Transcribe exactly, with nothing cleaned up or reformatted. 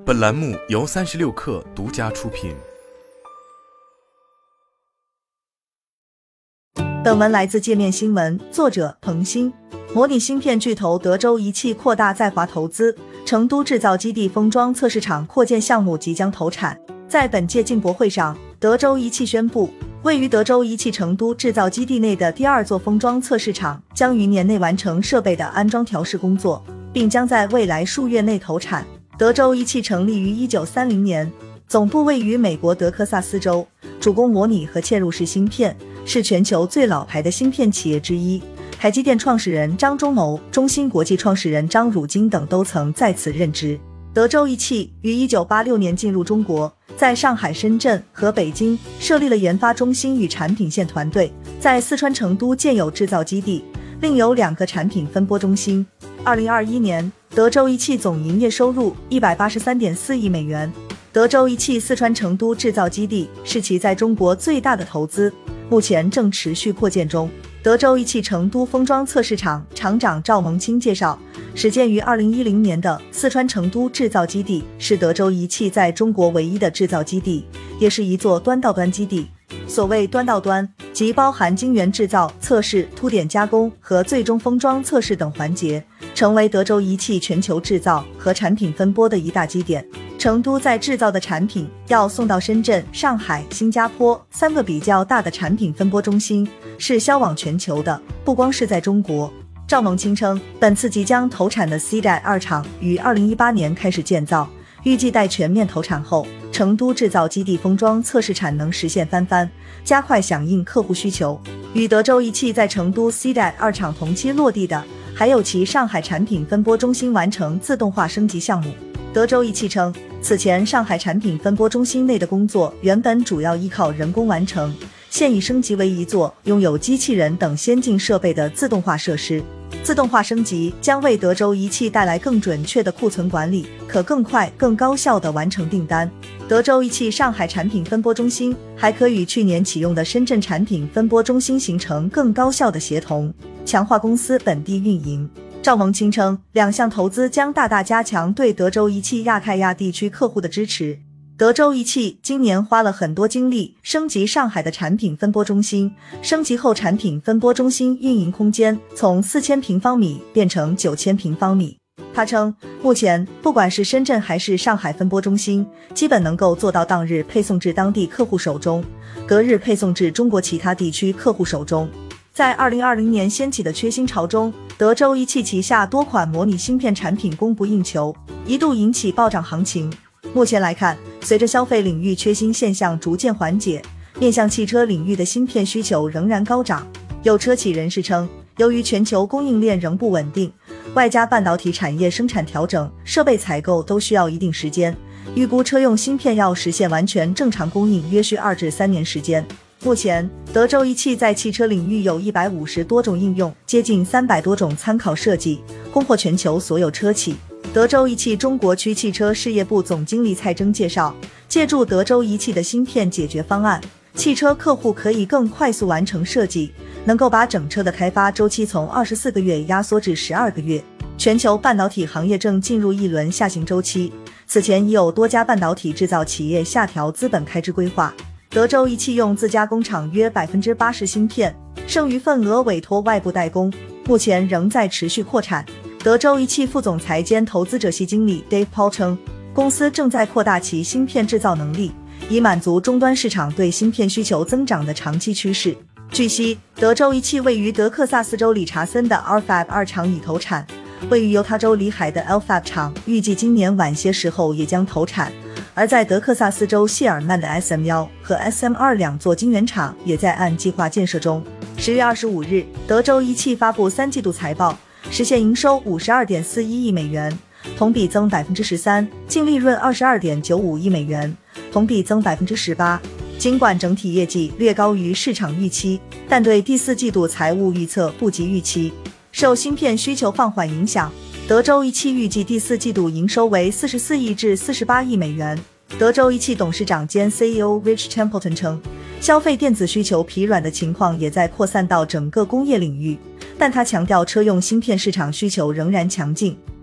本栏目由三十六氪独家出品。 本文来自界面新闻，作者彭鑫。模拟芯片巨头德州仪器扩大在华投资，成都制造基地封装测试场扩建项目即将投产。在本届进博会上，德州仪器宣布，位于德州仪器成都制造基地内的第二座封装测试场将于年内完成设备的安装调试工作，并将在未来数月内投产。德州仪器成立于一九三零年，总部位于美国德克萨斯州，主攻模拟和嵌入式芯片，是全球最老牌的芯片企业之一。台积电创始人张忠谋、中芯国际创始人张汝京等都曾在此任职。德州仪器于一九八六年进入中国，在上海、深圳和北京设立了研发中心与产品线团队，在四川成都建有制造基地，另有两个产品分拨中心。二零二一年，德州仪器总营业收入 一百八十三点四亿美元。德州仪器四川成都制造基地是其在中国最大的投资，目前正持续扩建中。德州仪器成都封装测试场厂长赵萌清介绍，始建于二零一零年的四川成都制造基地是德州仪器在中国唯一的制造基地，也是一座端到端基地。所谓端到端，即包含晶圆制造、测试、凸点加工和最终封装测试等环节，成为德州仪器全球制造和产品分拨的一大基点。成都在制造的产品要送到深圳、上海、新加坡三个比较大的产品分拨中心，是销往全球的，不光是在中国。赵萌清称，本次即将投产的 C 代二厂于二零一八年开始建造，预计待全面投产后，成都制造基地封装测试产能实现翻番，加快响应客户需求。与德州仪器在成都 C 代二厂同期落地的，还有其上海产品分拨中心完成自动化升级项目。德州仪器称，此前上海产品分拨中心内的工作原本主要依靠人工完成，现已升级为一座拥有机器人等先进设备的自动化设施。自动化升级将为德州仪器带来更准确的库存管理，可更快更高效地完成订单。德州仪器上海产品分拨中心还可与去年启用的深圳产品分拨中心形成更高效的协同，强化公司本地运营。赵萌清称，两项投资将大大加强对德州仪器亚太亚地区客户的支持。德州仪器今年花了很多精力升级上海的产品分拨中心，升级后产品分拨中心运营空间从四千平方米变成九千平方米。他称，目前不管是深圳还是上海分拨中心，基本能够做到当日配送至当地客户手中，隔日配送至中国其他地区客户手中。在二零二零年掀起的缺芯潮中，德州仪器旗下多款模拟芯片产品供不应求，一度引起暴涨行情。目前来看，随着消费领域缺芯现象逐渐缓解，面向汽车领域的芯片需求仍然高涨。有车企人士称，由于全球供应链仍不稳定，外加半导体产业生产调整、设备采购都需要一定时间，预估车用芯片要实现完全正常供应约需二至三年时间。目前，德州仪器在汽车领域有一百五十多种应用，接近三百多种参考设计，供货全球所有车企。德州仪器中国区汽车事业部总经理蔡征介绍，借助德州仪器的芯片解决方案，汽车客户可以更快速完成设计，能够把整车的开发周期从二十四个月压缩至十二个月。全球半导体行业正进入一轮下行周期，此前已有多家半导体制造企业下调资本开支规划。德州仪器用自家工厂约 百分之八十 芯片，剩余份额委托外部代工，目前仍在持续扩产。德州仪器副总裁兼投资者系经理 Dave Paul 称，公司正在扩大其芯片制造能力，以满足终端市场对芯片需求增长的长期趋势。据悉，德州仪器位于德克萨斯州理查森的 R Fab 二厂已投产，位于犹他州里海的 L Fab 厂预计今年晚些时候也将投产，而在德克萨斯州谢尔曼的 S M 一 和 S M 二 两座晶圆厂也在按计划建设中。十月二十五日，德州仪器发布三季度财报，实现营收 五十二点四一亿美元，同比增 百分之十三， 净利润 二十二点九五亿美元，同比增 百分之十八。尽管整体业绩略高于市场预期，但对第四季度财务预测不及预期。受芯片需求放缓影响，德州仪器预计第四季度营收为四十四亿至四十八亿美元。德州仪器董事长兼 C E O Rich Templeton 称，消费电子需求疲软的情况也在扩散到整个工业领域，但他强调车用芯片市场需求仍然强劲。